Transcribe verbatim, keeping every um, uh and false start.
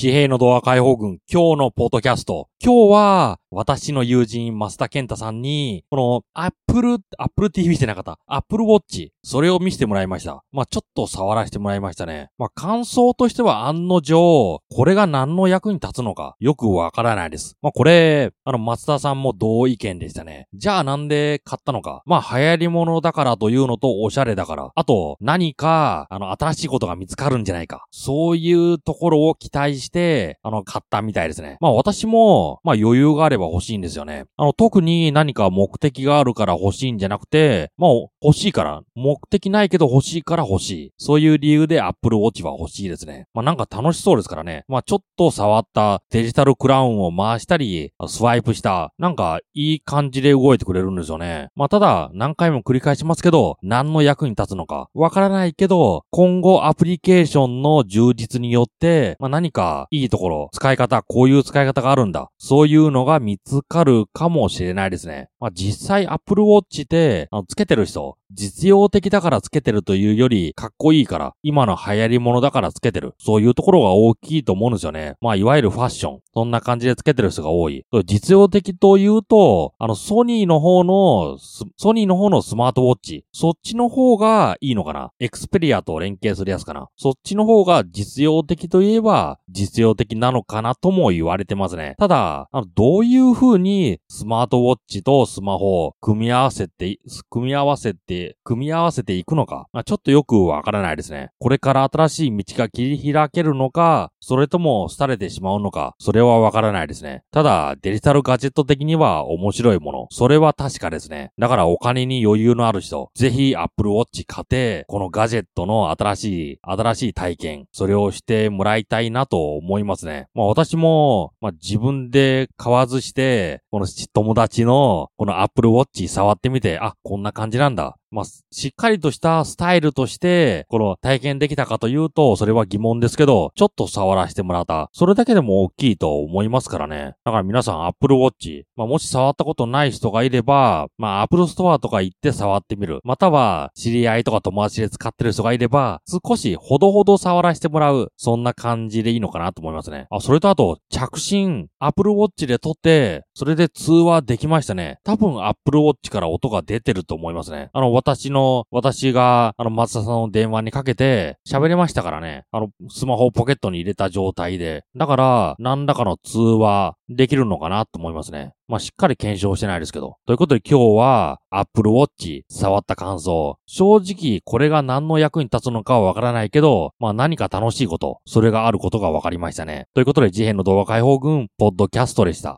地平のドア解放軍、今日のポッドキャスト。今日は、私の友人、増田健太さんに、この、Apple、Apple ティーブイ じゃなかった。Apple Watch。それを見せてもらいました。まあ、ちょっと触らせてもらいましたね。まあ、感想としては案の定、これが何の役に立つのか、よくわからないです。まあ、これ、あの、松田さんも同意見でしたね。じゃあなんで買ったのか。まあ、流行り物だからというのと、おしゃれだから。あと、何か、あの、新しいことが見つかるんじゃないか。そういうところを期待して、あの、買ったみたいですね。まあ、私も、まあ、余裕があれば欲しいんですよね。あの、特に何か目的があるから欲しいんじゃなくて、まあ、欲しいから、目的ないけど欲しいから欲しい。そういう理由で Apple Watch は欲しいですね。まあ、なんか楽しそうですからね。まあ、ちょっと触ったデジタルクラウンを回したり、スワイプした、なんかいい感じで動いてくれるんですよね。まあ、ただ、何回も繰り返しますけど、何の役に立つのかわからないけど、今後アプリケーションの充実によって、まあ、何かいいところ、使い方、こういう使い方があるんだ。そういうのが見つかるかもしれないですね。まあ、実際 Apple Watch で、あの、つけてる人、実用的だからつけてるというより、かっこいいから、今の流行り物だからつけてる。そういうところが大きいと思うんですよね。まあ、いわゆるファッション。そんな感じでつけてる人が多い。実用的というと、あの、ソニーの方の、ソニーの方のスマートウォッチ。そっちの方がいいのかな。エクスペリアと連携するやつかな。そっちの方が実用的といえば、実用的なのかなとも言われてますね。ただ、あの、どういう風にスマートウォッチとスマホを組み合わせて、組み合わせて、組み合わせていくのか、まあ、ちょっとよくわからないですね。これから新しい道が切り開けるのか、それとも廃れてしまうのか、それはわからないですね。ただ、デジタルガジェット的には面白いもの。それは確かですね。だからお金に余裕のある人、ぜひ Apple Watch 買って、このガジェットの新しい、新しい体験、それをしてもらいたいなと思いますね。まあ私も、まあ自分で買わずして、この友達のこの Apple Watch 触ってみて、あ、こんな感じなんだ。まあ、しっかりとしたスタイルとして、この体験できたかというと、それは疑問ですけど、ちょっと触らせてもらった。それだけでも大きいと思いますからね。だから皆さん Apple Watch、まあ、もし触ったことない人がいれば、まあ、Apple Store とか行って触ってみる。または、知り合いとか友達で使ってる人がいれば、少しほどほど触らせてもらう。そんな感じでいいのかなと思いますね。あ、それとあと、着信、Apple Watch で撮って、それで通話できましたね。多分 Apple Watch から音が出てると思いますね。あの、私の、私が、あの、松田さんの電話にかけて、喋れましたからね。あの、スマホをポケットに入れた状態で。だから、何らかの通話できるのかなと思いますね。まあ、しっかり検証してないですけど。ということで今日は、Apple Watch 触った感想。正直、これが何の役に立つのかはわからないけど、まあ、何か楽しいこと、それがあることがわかりましたね。ということで、事変の動画解放軍、ポッドキャストでした。